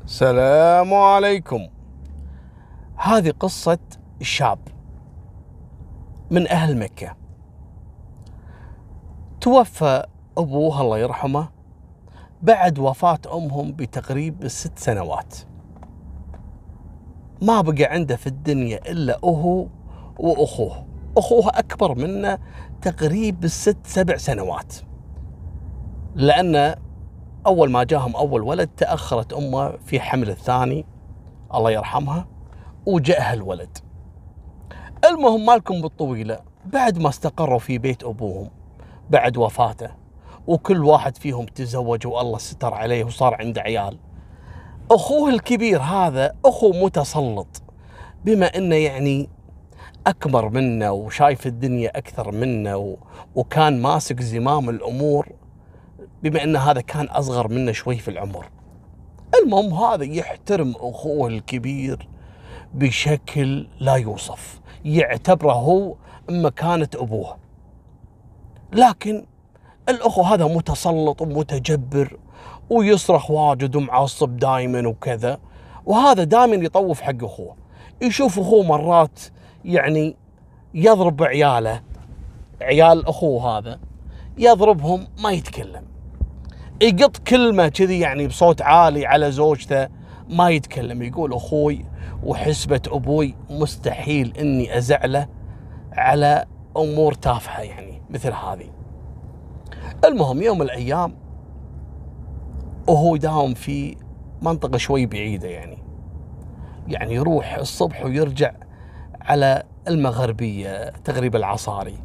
السلام عليكم. هذه قصة شاب من أهل مكة. توفى أبوه الله يرحمه بعد وفاة أمهم بتقريب 6 سنوات. ما بقى عنده في الدنيا إلا هو وأخوه. أخوه أكبر منه تقريب 6-7 سنوات، لأن أول ما جاهم أول ولد تأخرت أمه في حمل الثاني الله يرحمها، وجاءها الولد. المهم مالكم بالطويلة، بعد ما استقروا في بيت أبوهم بعد وفاته، وكل واحد فيهم تزوج والله ستر عليه وصار عنده عيال، أخوه الكبير هذا أخو متسلط، بما أنه يعني أكبر منه وشايف الدنيا أكثر منه وكان ماسك زمام الأمور، بما أن هذا كان أصغر منه شوي في العمر. المهم هذا يحترم أخوه الكبير بشكل لا يوصف، يعتبره هو مكانة أبوه. لكن الأخو هذا متسلط ومتجبر ويصرخ واجد ومعصب دائما وكذا، وهذا دائما يطوف حق أخوه. يشوف أخوه مرات يعني يضرب عياله، عيال أخوه هذا يضربهم ما يتكلم، يقط كلمة كذي يعني بصوت عالي على زوجته ما يتكلم. يقول أخوي وحسبة أبوي مستحيل إني أزعله على أمور تافهة يعني مثل هذه. المهم يوم من الأيام وهو يداوم في منطقة شوي بعيدة، يعني يروح الصبح ويرجع على المغربية تقريبا العصاري.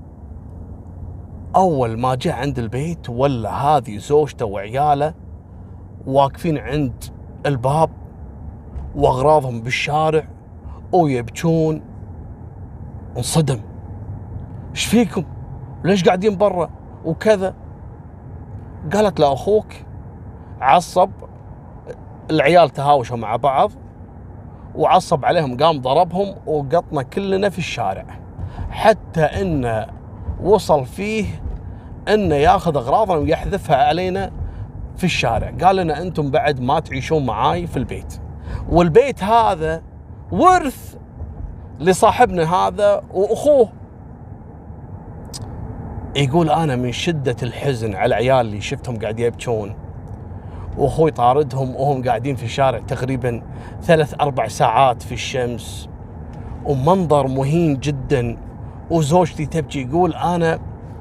أول ما جاء عند البيت ولا هذه زوجته وعياله واقفين عند الباب وأغراضهم بالشارع ويبكون. انصدم، ايش فيكم؟ ليش قاعدين برا وكذا؟ قالت له أخوك عصب، العيال تهاوشوا مع بعض وعصب عليهم، قام ضربهم وقطنا كلنا في الشارع، حتى إنه وصل فيه إنه ياخذ أغراضنا ويحذفها علينا في الشارع. قال لنا أنتم بعد ما تعيشون معاي في البيت، والبيت هذا ورث لصاحبنا هذا وأخوه. يقول أنا من شدة الحزن على العيال اللي شفتهم قاعد يبكون وأخوي طاردهم وهم قاعدين في الشارع تقريبا 3-4 ساعات في الشمس، ومنظر مهين جدا، وزوجتي تبكي. يقول أنا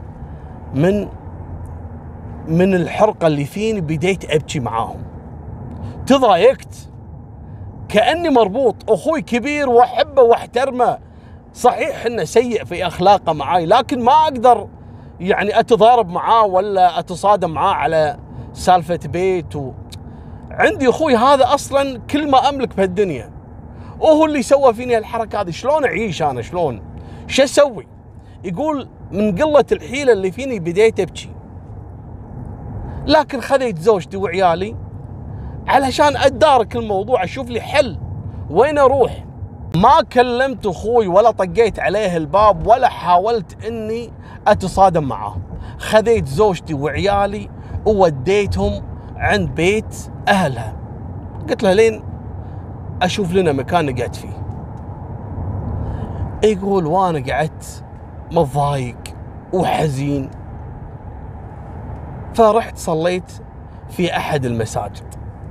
من الحرقة اللي فيني بديت أبكي معاهم، تضايقت كأني مربوط. أخوي كبير وأحبه واحترمه، صحيح إنه سيء في أخلاقه معاي، لكن ما أقدر يعني أتضارب معاه ولا أتصادم معاه على سالفة بيت. عندي أخوي هذا أصلا كل ما أملك بهالدنيا، وهو اللي سوى فيني الحركة هذه. شلون أعيش أنا؟ شلون؟ شو أسوي؟ يقول من قلة الحيلة اللي فيني بديت أبكي، لكن خذيت زوجتي وعيالي علشان أتدارك الموضوع، أشوف لي حل وين أروح. ما كلمت أخوي ولا طقيت عليه الباب ولا حاولت إني أتصادم معاه. خذيت زوجتي وعيالي ووديتهم عند بيت أهلها، قلت له لين أشوف لنا مكان نقعد فيه. يقول وأنا قعدت متضايق وحزين، فرحت صليت في أحد المساجد.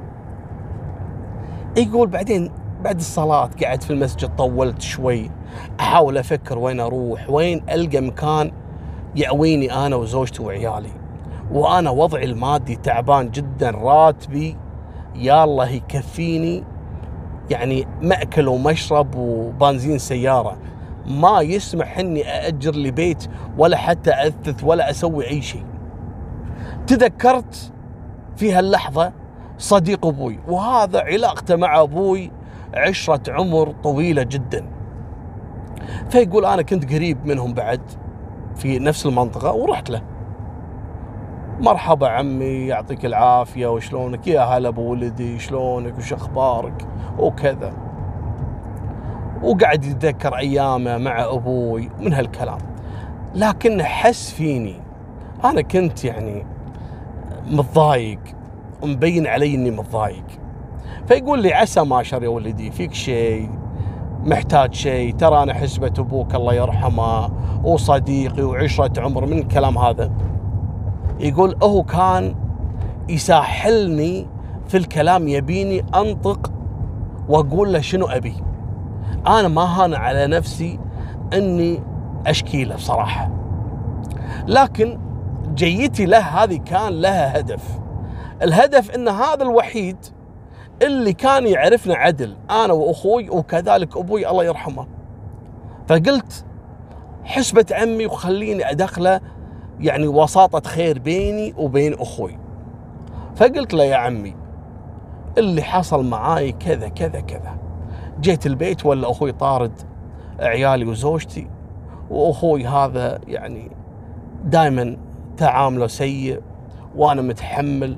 يقول بعدين بعد الصلاة قعدت في المسجد طولت شوي، أحاول أفكر وين أروح، وين ألقى مكان يأويني أنا وزوجتي وعيالي، وأنا وضعي المادي تعبان جدا، راتبي يا الله يكفيني يعني مأكل ومشرب وبنزين سيارة، ما يسمح إني أأجر لي بيت ولا حتى أثث ولا أسوي أي شيء. تذكرت في هاللحظة صديق أبوي، وهذا علاقته مع أبوي عشرة عمر طويلة جدا. فيقول أنا كنت قريب منهم بعد في نفس المنطقة، ورحت له مرحبا عمي يعطيك العافية وشلونك، يا هلا بولدي شلونك وش أخبارك وكذا، وقاعد يتذكر أيامه مع أبوي من هالكلام. لكن حس فيني أنا كنت يعني متضايق ومبين علي إني متضايق، فيقول لي عسى ما شر يا ولدي، فيك شيء، محتاج شيء، ترى أنا حسبة أبوك الله يرحمه وصديقي وعشرة عمر، من الكلام هذا. يقول هو كان يساحلني في الكلام، يبيني أنطق وأقول له شنو أبي. أنا ما هان على نفسي أني أشكي له بصراحة، لكن جيتي له هذه كان لها هدف. الهدف أن هذا الوحيد اللي كان يعرفنا عدل، أنا وأخوي وكذلك أبوي الله يرحمه. فقلت حسبة عمي وخليني أدخله يعني وساطة خير بيني وبين أخوي. فقلت له يا عمي اللي حصل معاي كذا كذا كذا، جيت البيت ولا أخوي طارد عيالي وزوجتي، وأخوي هذا يعني دائما تعامله سيء وأنا متحمل،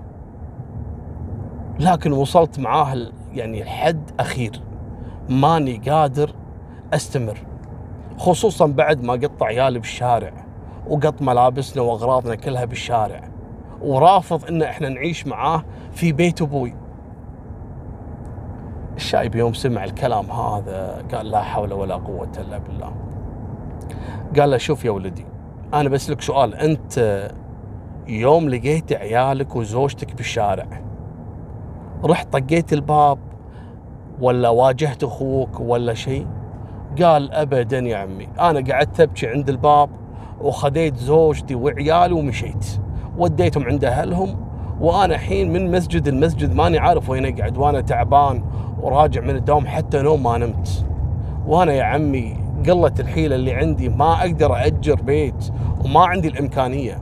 لكن وصلت معاه يعني الحد أخير، ماني قادر أستمر، خصوصا بعد ما قط عيالي بالشارع وقط ملابسنا وأغراضنا كلها بالشارع، ورافض إن إحنا نعيش معاه في بيت أبوي. الشايب يوم سمع الكلام هذا قال لا حول ولا قوة إلا بالله. قال له شوف يا ولدي، أنا بسألك سؤال، أنت يوم لقيت عيالك وزوجتك بالشارع رحت طقيت الباب ولا واجهت أخوك ولا شيء؟ قال أبدا يا عمي، أنا قعدت أبكي عند الباب وخذيت زوجتي وعيالي ومشيت وديتهم عند أهلهم، وأنا حين من مسجد المسجد ماني عارف وين أقعد، وأنا تعبان وراجع من الدوام حتى نوم ما نمت، وأنا يا عمي قلة الحيلة اللي عندي ما أقدر أأجر بيت وما عندي الإمكانية.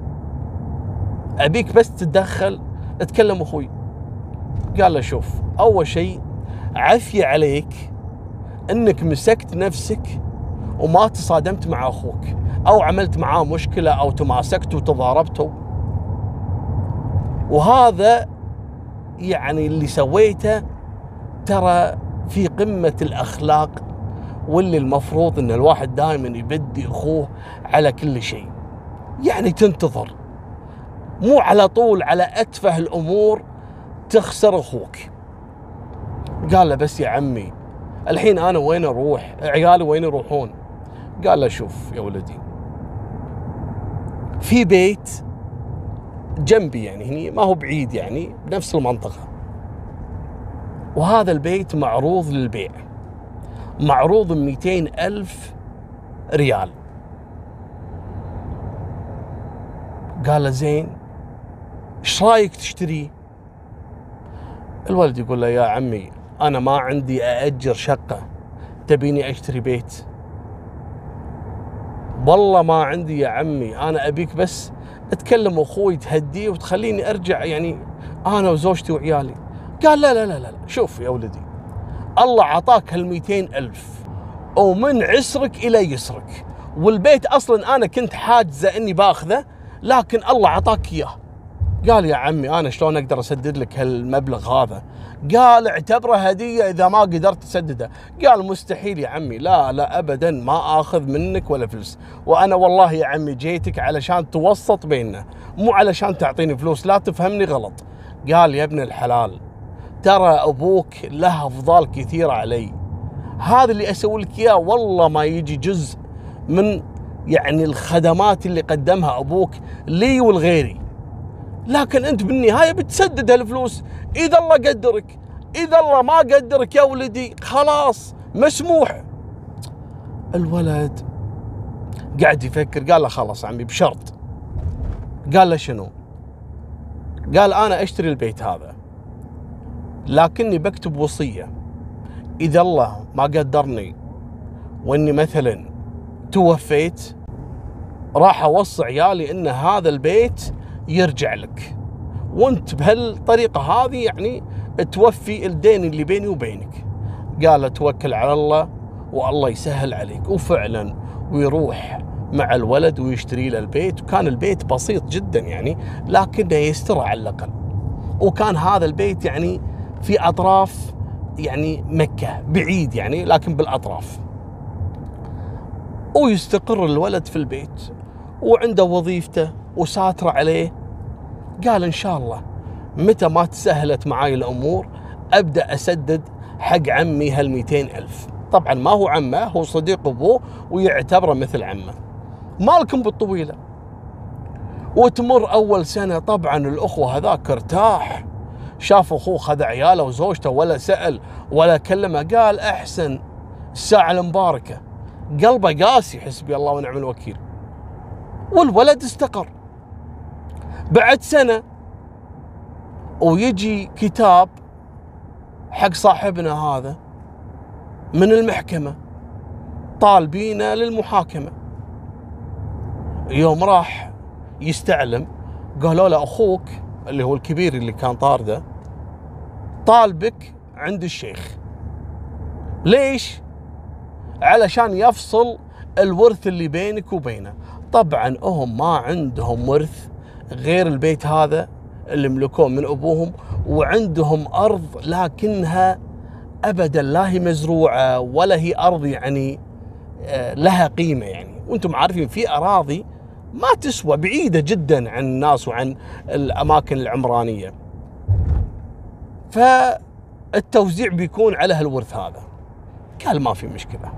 أبيك بس تتدخل اتكلم أخوي. قال له شوف، أول شيء عافية عليك أنك مسكت نفسك وما تصادمت مع أخوك أو عملت معاه مشكلة أو تماسكتوا وتضاربتوا، وهذا يعني اللي سويته ترى في قمة الأخلاق، واللي المفروض أن الواحد دائما يبدي أخوه على كل شيء، يعني تنتظر، مو على طول على أتفه الأمور تخسر أخوك. قال له بس يا عمي الحين أنا وين أروح؟ عيالي وين يروحون؟ قال له شوف يا ولدي، في بيت جنبي يعني هني ما هو بعيد، يعني بنفس المنطقة، وهذا البيت معروض للبيع، معروض 200,000 ريال. قال له زين ايش رايك تشتريه؟ الولد يقول له يا عمي أنا ما عندي أأجر شقة، تبيني أشتري بيت؟ والله ما عندي يا عمي، أنا أبيك بس أتكلم أخوي تهديه وتخليني أرجع يعني أنا وزوجتي وعيالي. قال لا لا لا لا، شوف يا ولدي، الله عطاك هال200,000 ومن عسرك إلى يسرك، والبيت أصلا أنا كنت حاجزة إني باخذه، لكن الله عطاك إياه. قال يا عمي أنا شلون أقدر أسدد لك هالمبلغ هذا؟ قال اعتبره هدية إذا ما قدرت تسدده. قال مستحيل يا عمي، لا لا أبدا ما آخذ منك ولا فلوس، وأنا والله يا عمي جيتك علشان توسط بيننا، مو علشان تعطيني فلوس، لا تفهمني غلط. قال يا ابن الحلال ترى أبوك له أفضال كثيرة علي، هذا اللي أسوي لك إياه والله ما يجي جزء من يعني الخدمات اللي قدمها أبوك لي ولغيري، لكن أنت بالنهاية بتسدد هالفلوس إذا الله قدرك، إذا الله ما قدرك يا ولدي خلاص مسموح. الولد قاعد يفكر، قال له خلاص عمي بشرط. قال له شنو؟ قال أنا أشتري البيت هذا، لكني بكتب وصية، إذا الله ما قدرني وإني مثلا توفيت راح أوصي عيالي إن هذا البيت يرجع لك، وانت بهالطريقة هذه يعني توفي الدين اللي بيني وبينك. قال توكل على الله والله يسهل عليك. وفعلا ويروح مع الولد ويشتري له البيت، وكان البيت بسيط جدا يعني لكنه يستر على الأقل، وكان هذا البيت يعني في أطراف يعني مكة، بعيد يعني لكن بالأطراف، ويستقر الولد في البيت وعنده وظيفته وساترة عليه. قال إن شاء الله متى ما تسهلت معاي الأمور أبدأ أسدد حق عمي هال200,000. طبعا ما هو عمه، هو صديق أبوه ويعتبره مثل عمه. مالكم بالطويلة. وتمر أول سنة، طبعا الأخوة هذاك ارتاح، شاف أخوه خذ عياله وزوجته ولا سأل ولا كلمه، قال أحسن الساعة المباركة. قلبه قاسي، حسبي الله ونعم الوكيل. والولد استقر. بعد سنة ويجي كتاب حق صاحبنا هذا من المحكمة طالبينه للمحاكمة. يوم راح يستعلم قالوا له أخوك اللي هو الكبير اللي كان طارده طالبك عند الشيخ. ليش؟ علشان يفصل الورث اللي بينك وبينه. طبعا هم ما عندهم ورث غير البيت هذا اللي ملكوه من أبوهم، وعندهم أرض لكنها أبدا لا هي مزروعة ولا هي أرض يعني لها قيمة يعني. وانتم عارفين في أراضي ما تسوى، بعيدة جدا عن الناس وعن الأماكن العمرانية، فالتوزيع بيكون على هالورث هذا. قال ما في مشكلة.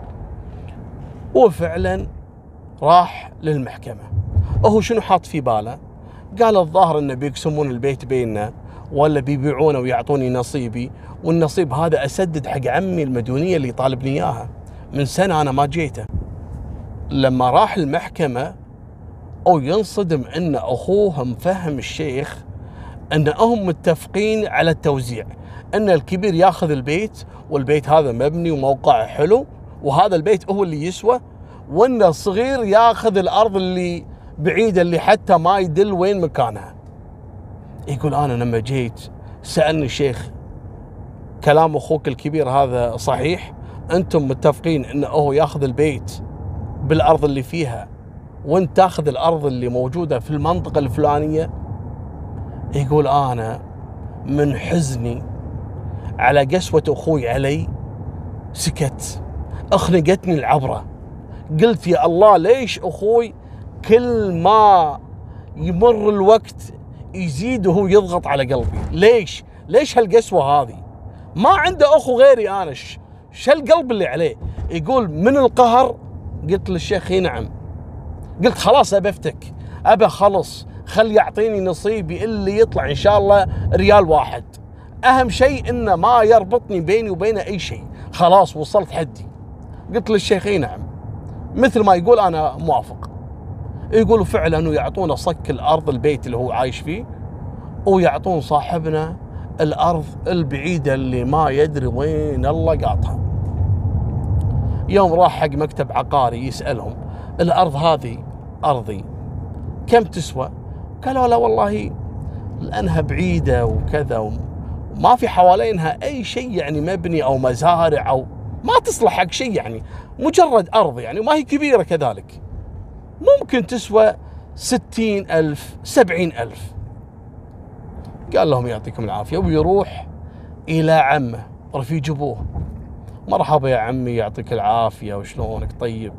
وفعلا راح للمحكمة. هو شنو حاط في باله؟ قال الظاهر انه بيقسمون البيت بيننا ولا بيبيعونه ويعطوني نصيبي، والنصيب هذا اسدد حق عمي المديونية اللي طالبني اياها من سنة انا ما جيته. لما راح المحكمة او ينصدم ان اخوه مفهم الشيخ ان هم متفقين على التوزيع، ان الكبير ياخذ البيت والبيت هذا مبني وموقعه حلو وهذا البيت هو اللي يسوى، وان الصغير ياخذ الارض اللي بعيدة اللي حتى ما يدل وين مكانها. يقول انا لما جيت سألني الشيخ كلام اخوك الكبير هذا صحيح؟ انتم متفقين انه هو ياخذ البيت بالارض اللي فيها وانت تاخذ الارض اللي موجودة في المنطقة الفلانية؟ يقول انا من حزني على قسوة اخوي علي سكت، اخنقتني العبرة. قلت يا الله ليش اخوي كل ما يمر الوقت يزيد وهو يضغط على قلبي؟ ليش هالقسوة هذه؟ ما عنده اخو غيري انا، شو القلب اللي عليه؟ يقول من القهر قلت للشيخ نعم، قلت خلاص ابفتك، ابى خلص خل يعطيني نصيبي اللي يطلع ان شاء الله ريال واحد، اهم شيء انه ما يربطني بيني وبينه اي شيء، خلاص وصلت حدي. قلت للشيخ نعم، مثل ما يقول انا موافق. يقولوا فعلا ويعطونا صك الارض البيت اللي هو عايش فيه، ويعطون صاحبنا الارض البعيده اللي ما يدري وين الله قاطها. يوم راح حق مكتب عقاري يسالهم الارض هذه ارضي كم تسوى؟ قالوا لا والله لانها بعيده وكذا وما في حوالينها اي شيء يعني مبني او مزارع او ما تصلح حق شيء، يعني مجرد ارض يعني وما هي كبيره كذلك، ممكن تسوى 60,000 70,000. قال لهم يعطيكم العافية، ويروح إلى عمه رفيج أبوه. مرحبا يا عمي يعطيك العافية وشلونك طيب؟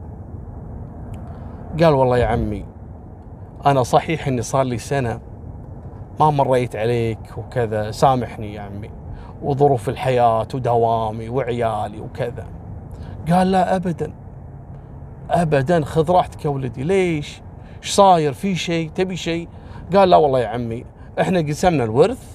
قال والله يا عمي أنا صحيح إني صار لي سنة ما مريت عليك وكذا، سامحني يا عمي، وظروف الحياة ودوامي وعيالي وكذا. قال لا أبدا أبدا، خذ راحتك يا ولدي. ليش؟ ايش صاير؟ في شيء؟ تبي شيء؟ قال لا والله يا عمي احنا قسمنا الورث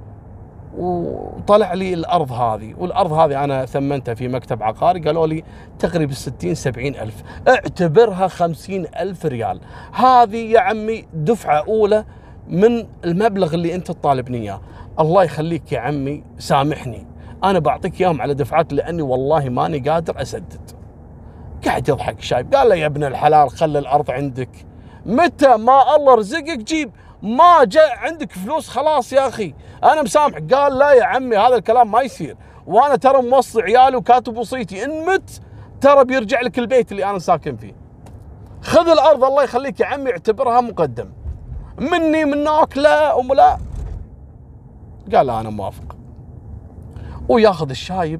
وطلع لي الأرض هذه، والأرض هذه أنا ثمنتها في مكتب عقاري، قالوا لي تقريبا 60-70,000، اعتبرها 50,000 ريال. هذه يا عمي دفعة أولى من المبلغ اللي أنت تطالبني إياه. الله يخليك يا عمي سامحني، أنا بعطيك إياهم على دفعات لأني والله ماني قادر أسدد. قاعد يضحك شايب. قال له يا ابن الحلال خلي الأرض عندك، متى ما الله رزقك جيب، ما جاء عندك فلوس خلاص يا أخي أنا مسامحك. قال لا يا عمي هذا الكلام ما يصير، وأنا ترى موصي عيالي وكاتب وصيتي إن مت ترى بيرجع لك البيت اللي أنا ساكن فيه. خذ الأرض الله يخليك يا عمي اعتبرها مقدم مني منك لا ولا. قال لا أنا موافق. وياخذ الشايب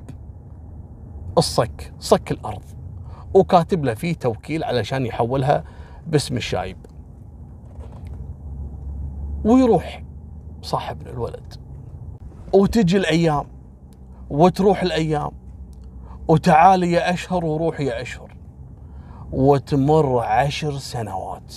صك الأرض وكاتب له فيه توكيل علشان يحولها باسم الشايب. ويروح صاحبنا الولد وتجي الأيام وتروح الأيام، وتعالي يا أشهر وروح يا أشهر، وتمر 10 سنوات.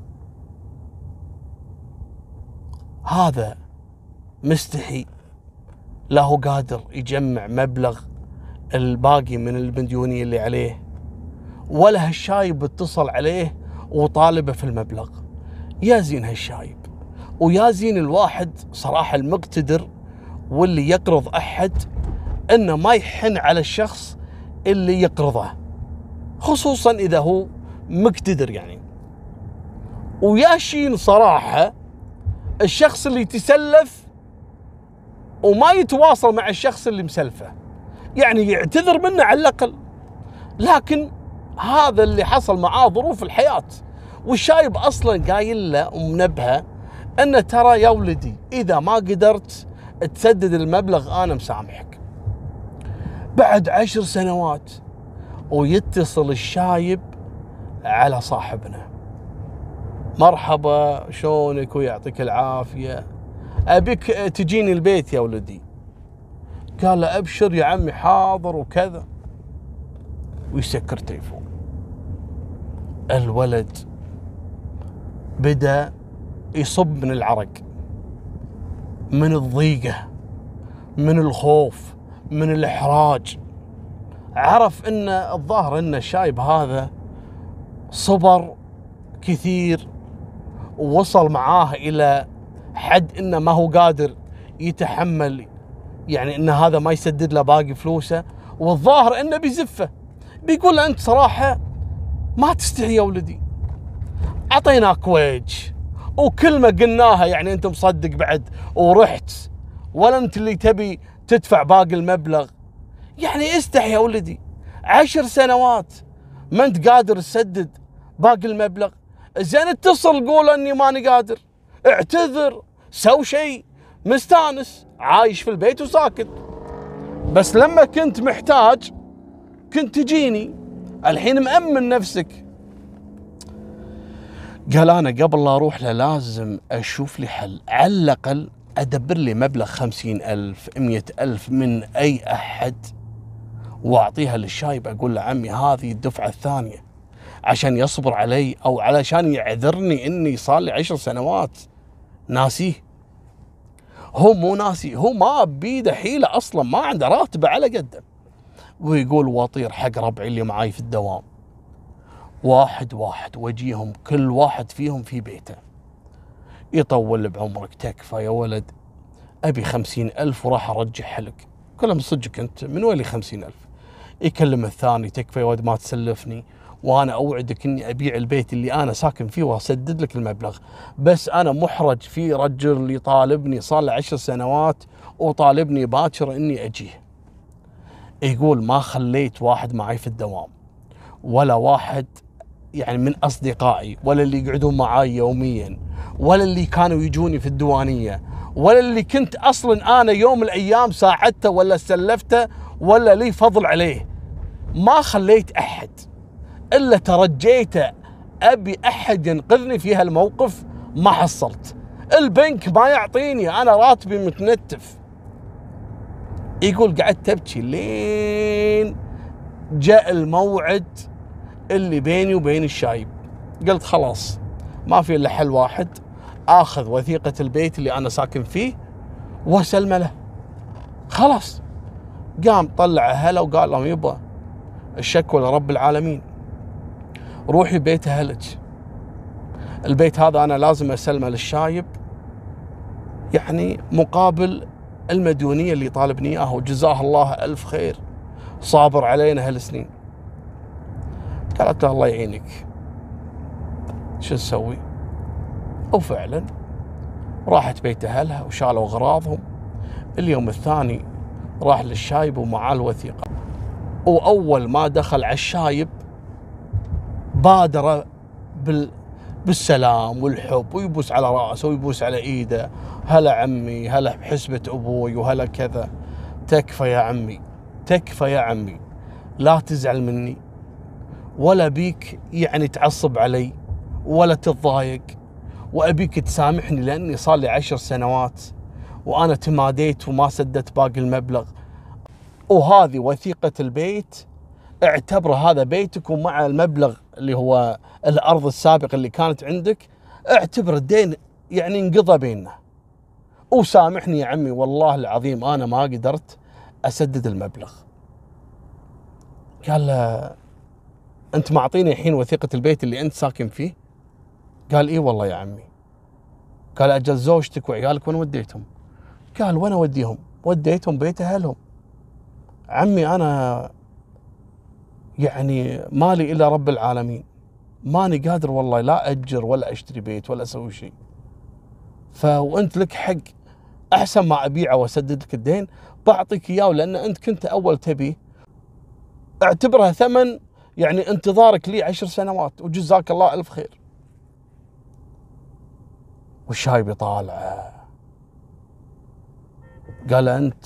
هذا مستحي لا هو قادر يجمع مبلغ الباقي من المديونية اللي عليه، ولا هالشايب اتصل عليه وطالبه في المبلغ. يا زين هالشايب، ويا زين الواحد صراحة المقتدر واللي يقرض أحد إنه ما يحن على الشخص اللي يقرضه، خصوصا إذا هو مقتدر يعني. ويا شين صراحة الشخص اللي يتسلف وما يتواصل مع الشخص اللي مسلفه، يعني يعتذر منه على الأقل. لكن هذا اللي حصل معاه ظروف الحياة، والشايب أصلا قايل له ومنبهه أن ترى يا ولدي إذا ما قدرت تسدد المبلغ أنا مسامحك. بعد 10 سنوات ويتصل الشايب على صاحبنا: مرحبا شلونك ويعطيك العافية، أبيك تجيني البيت يا ولدي. قال له أبشر يا عمي حاضر وكذا، ويسكر تليفون. الولد بدأ يصب من العرق، من الضيقة، من الخوف، من الإحراج. عرف إن الظاهر إن الشايب هذا صبر كثير ووصل معاه إلى حد إنه ما هو قادر يتحمل، يعني إن هذا ما يسدد له باقي فلوسه، والظاهر إنه بيزفه، بيقول له أنت صراحة ما تستحي يا ولدي، عطيناك وجه وكلمة قلناها يعني أنت مصدق بعد ورحت، ولا أنت اللي تبي تدفع باقي المبلغ، يعني استحي يا ولدي. 10 سنوات ما أنت قادر تسدد باقي المبلغ، زين اتصل قول أني ماني قادر، اعتذر، سو شيء، مستانس عايش في البيت وساكت، بس لما كنت محتاج كنت تجيني، الحين مأمن نفسك. قال أنا قبل لا أروح له لازم أشوف لي حل، على الأقل أدبر لي مبلغ 50,000 100,000 من أي أحد وأعطيها للشايب، أقول له عمي هذه الدفعة الثانية عشان يصبر علي، أو علشان يعذرني إني صار لي 10 سنوات ناسيه. هو مو ناسي، هو ما بيده حيلة أصلا، ما عنده راتبه على قده. ويقول واطير حق ربعي اللي معاي في الدوام، واحد واحد وجيهم كل واحد فيهم في بيته. يطول بعمرك، تكفى يا ولد، أبي 50,000 وراح أرجعها لك. كلام صدقك أنت، من وين لي 50,000؟ يكلم الثاني: تكفى يا ولد ما تسلفني، وأنا أوعدك إني أبيع البيت اللي أنا ساكن فيه وأسدد لك المبلغ، بس أنا محرج في رجل يطالبني صار له 10 سنوات وطالبني باكر إني أجيه. يقول ما خليت واحد معي في الدوام، ولا واحد يعني من أصدقائي، ولا اللي يقعدون معاي يوميا، ولا اللي كانوا يجوني في الديوانية، ولا اللي كنت أصلا أنا يوم من الأيام ساعدته ولا سلفته ولا لي فضل عليه. ما خليت أحد إلا ترجيته أبي أحد ينقذني في هالموقف، ما حصلت. البنك ما يعطيني، أنا راتبي متنتف. يقول قعدت أبكي لين جاء الموعد اللي بيني وبين الشايب. قلت خلاص ما في إلا حل واحد، آخذ وثيقة البيت اللي أنا ساكن فيه وأسلمه له. خلاص قام طلع أهله وقال لهم يبا الشكوى لرب العالمين، روحي بيت أهلك، البيت هذا أنا لازم أسلمه للشايب يعني مقابل المديونية اللي طالبني إياها، وجزاه الله ألف خير، صابر علينا هالسنين. قالت له الله يعينك، شو نسوي؟ وفعلا راحت بيت أهلها وشالوا أغراضهم. اليوم الثاني راح للشايب ومعاه الوثيقة، وأول ما دخل على الشايب بادر بالسلام والحب، ويبوس على رأسه ويبوس على إيده: هلا عمي، هلا بحسبة أبوي، وهلا كذا، تكفى يا عمي، تكفى يا عمي، لا تزعل مني، ولا بيك يعني تعصب علي ولا تتضايق، وأبيك تسامحني لأني صار لي 10 سنوات وأنا تماديت وما سددت باقي المبلغ. وهذه وثيقة البيت، اعتبر هذا بيتك، ومع المبلغ اللي هو الأرض السابقة اللي كانت عندك، اعتبر الدين يعني انقضى بيننا، وسامحني يا عمي والله العظيم أنا ما قدرت أسدد المبلغ. قال له أنت معطيني الحين وثيقة البيت اللي أنت ساكن فيه؟ قال إيه والله يا عمي. قال أجل زوجتك وعيالك وين وديتهم؟ قال وين أوديهم؟ وديتهم بيت أهلهم. عمي أنا يعني مالي إلا رب العالمين، ماني قادر والله لا أجر ولا أشتري بيت ولا أسوي شيء، وأنت لك حق، أحسن ما أبيعه وأسدد لك الدين بعطيك إياه، لأن أنت كنت أول تبيه، اعتبرها ثمن يعني انتظارك لي 10 سنوات، وجزاك الله ألف خير. والشايب يطالعه، قال أنت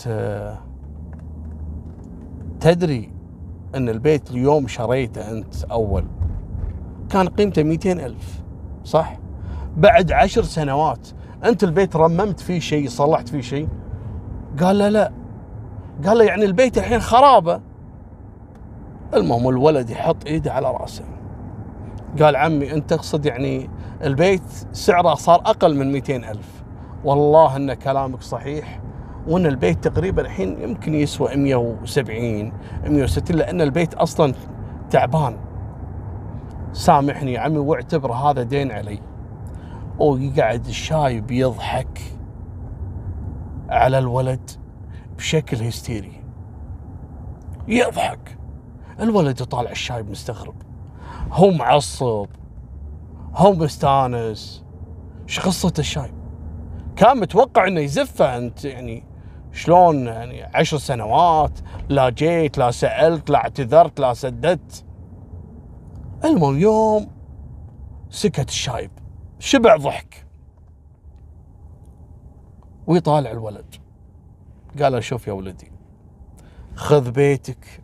تدري أن البيت اليوم شريته أنت أول كان قيمته 200,000 صح؟ بعد 10 سنوات أنت البيت رممت فيه شيء، صلحت فيه شيء؟ قال له لا. قال له يعني البيت الحين خرابة. المهم الولد يحط ايده على راسه، قال عمي أنت تقصد يعني البيت سعره صار أقل من 200,000؟ والله أن كلامك صحيح، وأن البيت تقريبا الحين يمكن يسوى 170 160، لأن البيت أصلا تعبان. سامحني يا عمي واعتبر هذا دين علي. ويقعد الشايب يضحك على الولد بشكل هستيري، يضحك. الولد يطالع الشايب مستغرب، هو معصب، هو مستانس، ايش قصة الشايب؟ كان متوقع انه يزفه، انت يعني شلون يعني 10 سنوات لا جيت لا سألت لا اعتذرت لا سددت. المهم يوم سكت الشايب، شبع ضحك، ويطالع الولد. قال له شوف يا ولدي، خذ بيتك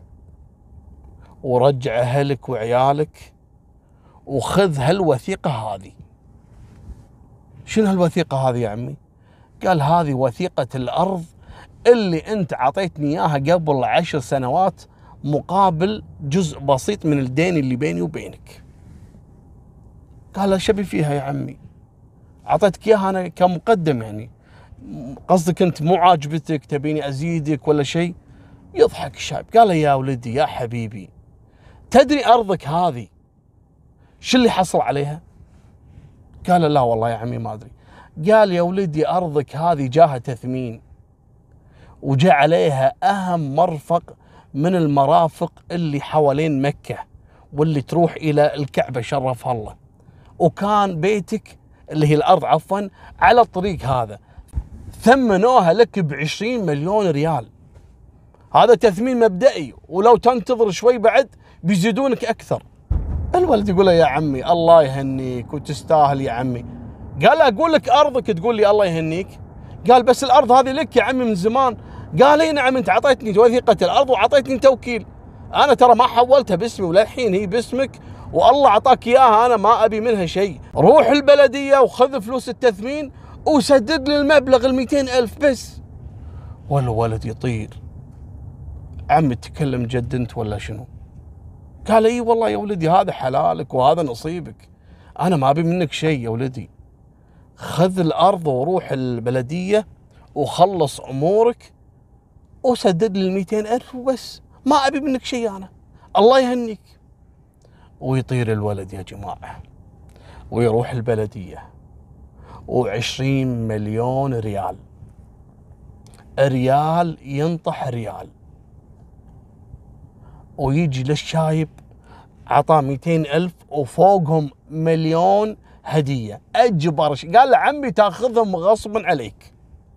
ورجع أهلك وعيالك، وخذ هالوثيقة هذه. شنو هالوثيقة هذه يا عمي؟ قال هذه وثيقة الأرض اللي أنت عطيتني إياها قبل 10 سنوات مقابل جزء بسيط من الدين اللي بيني وبينك. قال له شبي فيها يا عمي؟ عطيتك إياها أنا كمقدم، يعني قصدك أنت مو عاجبتك تبيني أزيدك ولا شيء؟ يضحك الشاب. قال له يا ولدي يا حبيبي، تدري أرضك هذه شو اللي حصل عليها؟ قال لا والله يا عمي ما أدري. قال يا ولدي أرضك هذه جاها تثمين، وجاء عليها أهم مرفق من المرافق اللي حوالين مكة واللي تروح إلى الكعبة شرفها الله، وكان بيتك اللي هي الأرض عفوا على الطريق هذا، ثمنوها لك ب20 مليون ريال. هذا تثمين مبدئي، ولو تنتظر شوي بعد بيزيدونك أكثر. الولد يقول له يا عمي الله يهنيك وتستاهل يا عمي. قال أقول لك أرضك تقول لي الله يهنيك؟ قال بس الأرض هذه لك يا عمي من زمان. قال اي نعم، انت عطيتني وثيقة الأرض وعطيتني توكيل، انا ترى ما حولتها باسمي وللحين هي باسمك، والله عطاك اياها، انا ما ابي منها شيء. روح البلدية وخذ فلوس التثمين وسدد لي المبلغ 200,000 بس. والولد يطير، عمي تكلم جد انت ولا شنو؟ قال اي والله يا ولدي هذا حلالك وهذا نصيبك، انا ما ابي منك شيء يا ولدي، خذ الأرض وروح البلدية وخلص أمورك وسدد لي 200,000 وبس، ما أبي منك شيء أنا، الله يهنيك. ويطير الولد يا جماعة ويروح البلدية، و20 مليون ريال، ريال ينطح ريال. ويجي للشايب عطاه 200,000 وفوقهم مليون هدية أجبر. قال له عمي تاخذهم غصبا عليك.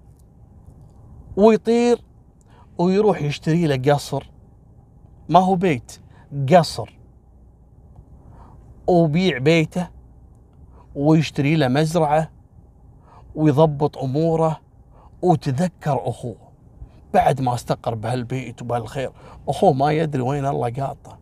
ويطير ويروح يشتري له قصر، ما هو بيت، قصر، وبيع بيته ويشتري له مزرعة ويضبط أموره. وتذكر أخوه بعد ما استقر بهالبيت وبهالخير، أخوه ما يدري وين الله قاطه،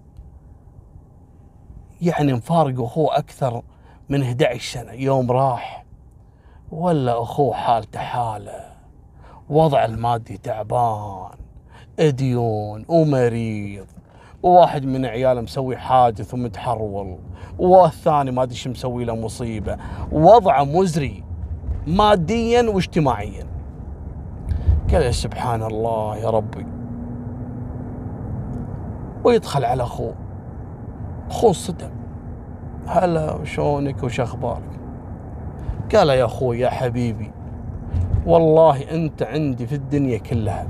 يعني مفارق أخوه أكثر من 11 سنة. يوم راح ولا أخوه حالته حاله، وضع المادي تعبان، ديون ومريض، وواحد من عياله مسوي حادث ومتحرول، والثاني ما ادري شو مسوي له مصيبه، وضعه مزري ماديا واجتماعيا. قال يا سبحان الله يا ربي. ويدخل على اخوه انصدم، هلا وشونك وش اخبارك؟ قال يا اخوي يا حبيبي والله انت عندي في الدنيا كلها،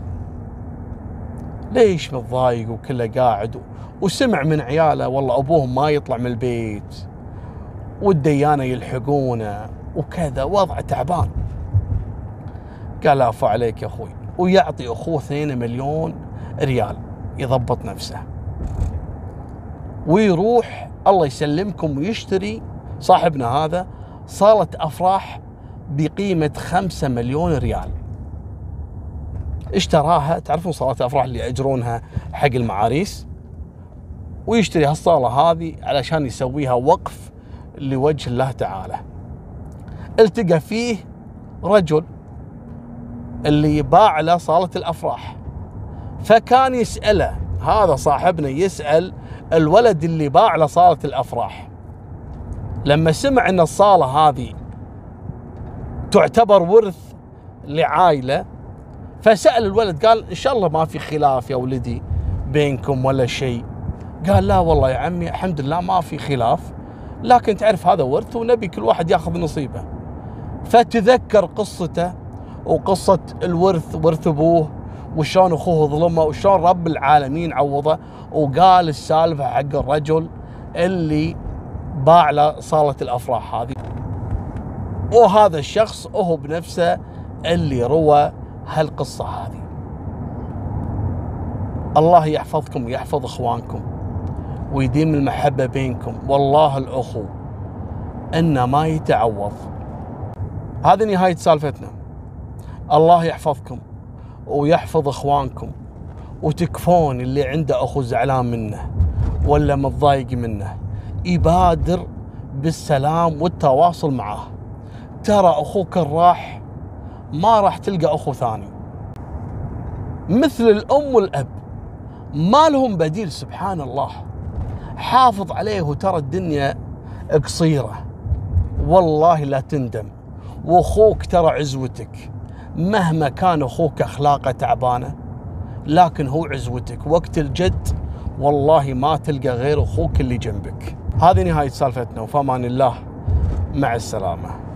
ليش متضايق وكله قاعد؟ وسمع من عياله والله ابوهم ما يطلع من البيت والديانه يلحقونه وكذا، وضعه تعبان. قال عفو عليك يا اخوي، ويعطي اخوه 2 مليون ريال يضبط نفسه، ويروح الله يسلمكم ويشتري صاحبنا هذا صالة افراح بقيمة 5 مليون ريال. اشتراها، تعرفون صالات الافراح اللي يأجرونها حق المعاريس، ويشتري هالصالة هذه علشان يسويها وقف لوجه الله تعالى. التقى فيه رجل اللي باع له صالة الافراح، فكان يسأله هذا صاحبنا، يسأل الولد اللي باع له صالة الافراح، لما سمع ان الصالة هذه تعتبر ورث لعائلة، فسأل الولد قال ان شاء الله ما في خلاف يا ولدي بينكم ولا شيء؟ قال لا والله يا عمي الحمد لله ما في خلاف، لكن تعرف هذا ورث ونبي كل واحد ياخذ نصيبه. فتذكر قصته وقصة الورث، ورث ابوه، وشون اخوه ظلمه وشون رب العالمين عوضه، وقال السالفة حق الرجل اللي باع له صالة الافراح هذه. وهذا الشخص هو بنفسه اللي روى هالقصة هذه. الله يحفظكم ويحفظ اخوانكم ويديم المحبة بينكم، والله الاخو انه ما يتعوض. هذه نهاية سالفتنا. الله يحفظكم ويحفظ اخوانكم، وتكفون اللي عنده اخو زعلان منه ولا متضايق منه يبادر بالسلام والتواصل معه. ترى اخوك الراح ما راح تلقى اخو ثاني، مثل الام والاب ما لهم بديل. سبحان الله، حافظ عليه، وترى الدنيا قصيرة والله لا تندم. واخوك ترى عزوتك، مهما كان اخوك اخلاقه تعبانة لكن هو عزوتك. وقت الجد والله ما تلقى غير اخوك اللي جنبك. هذه نهاية سالفتنا، وفمان الله، مع السلامة.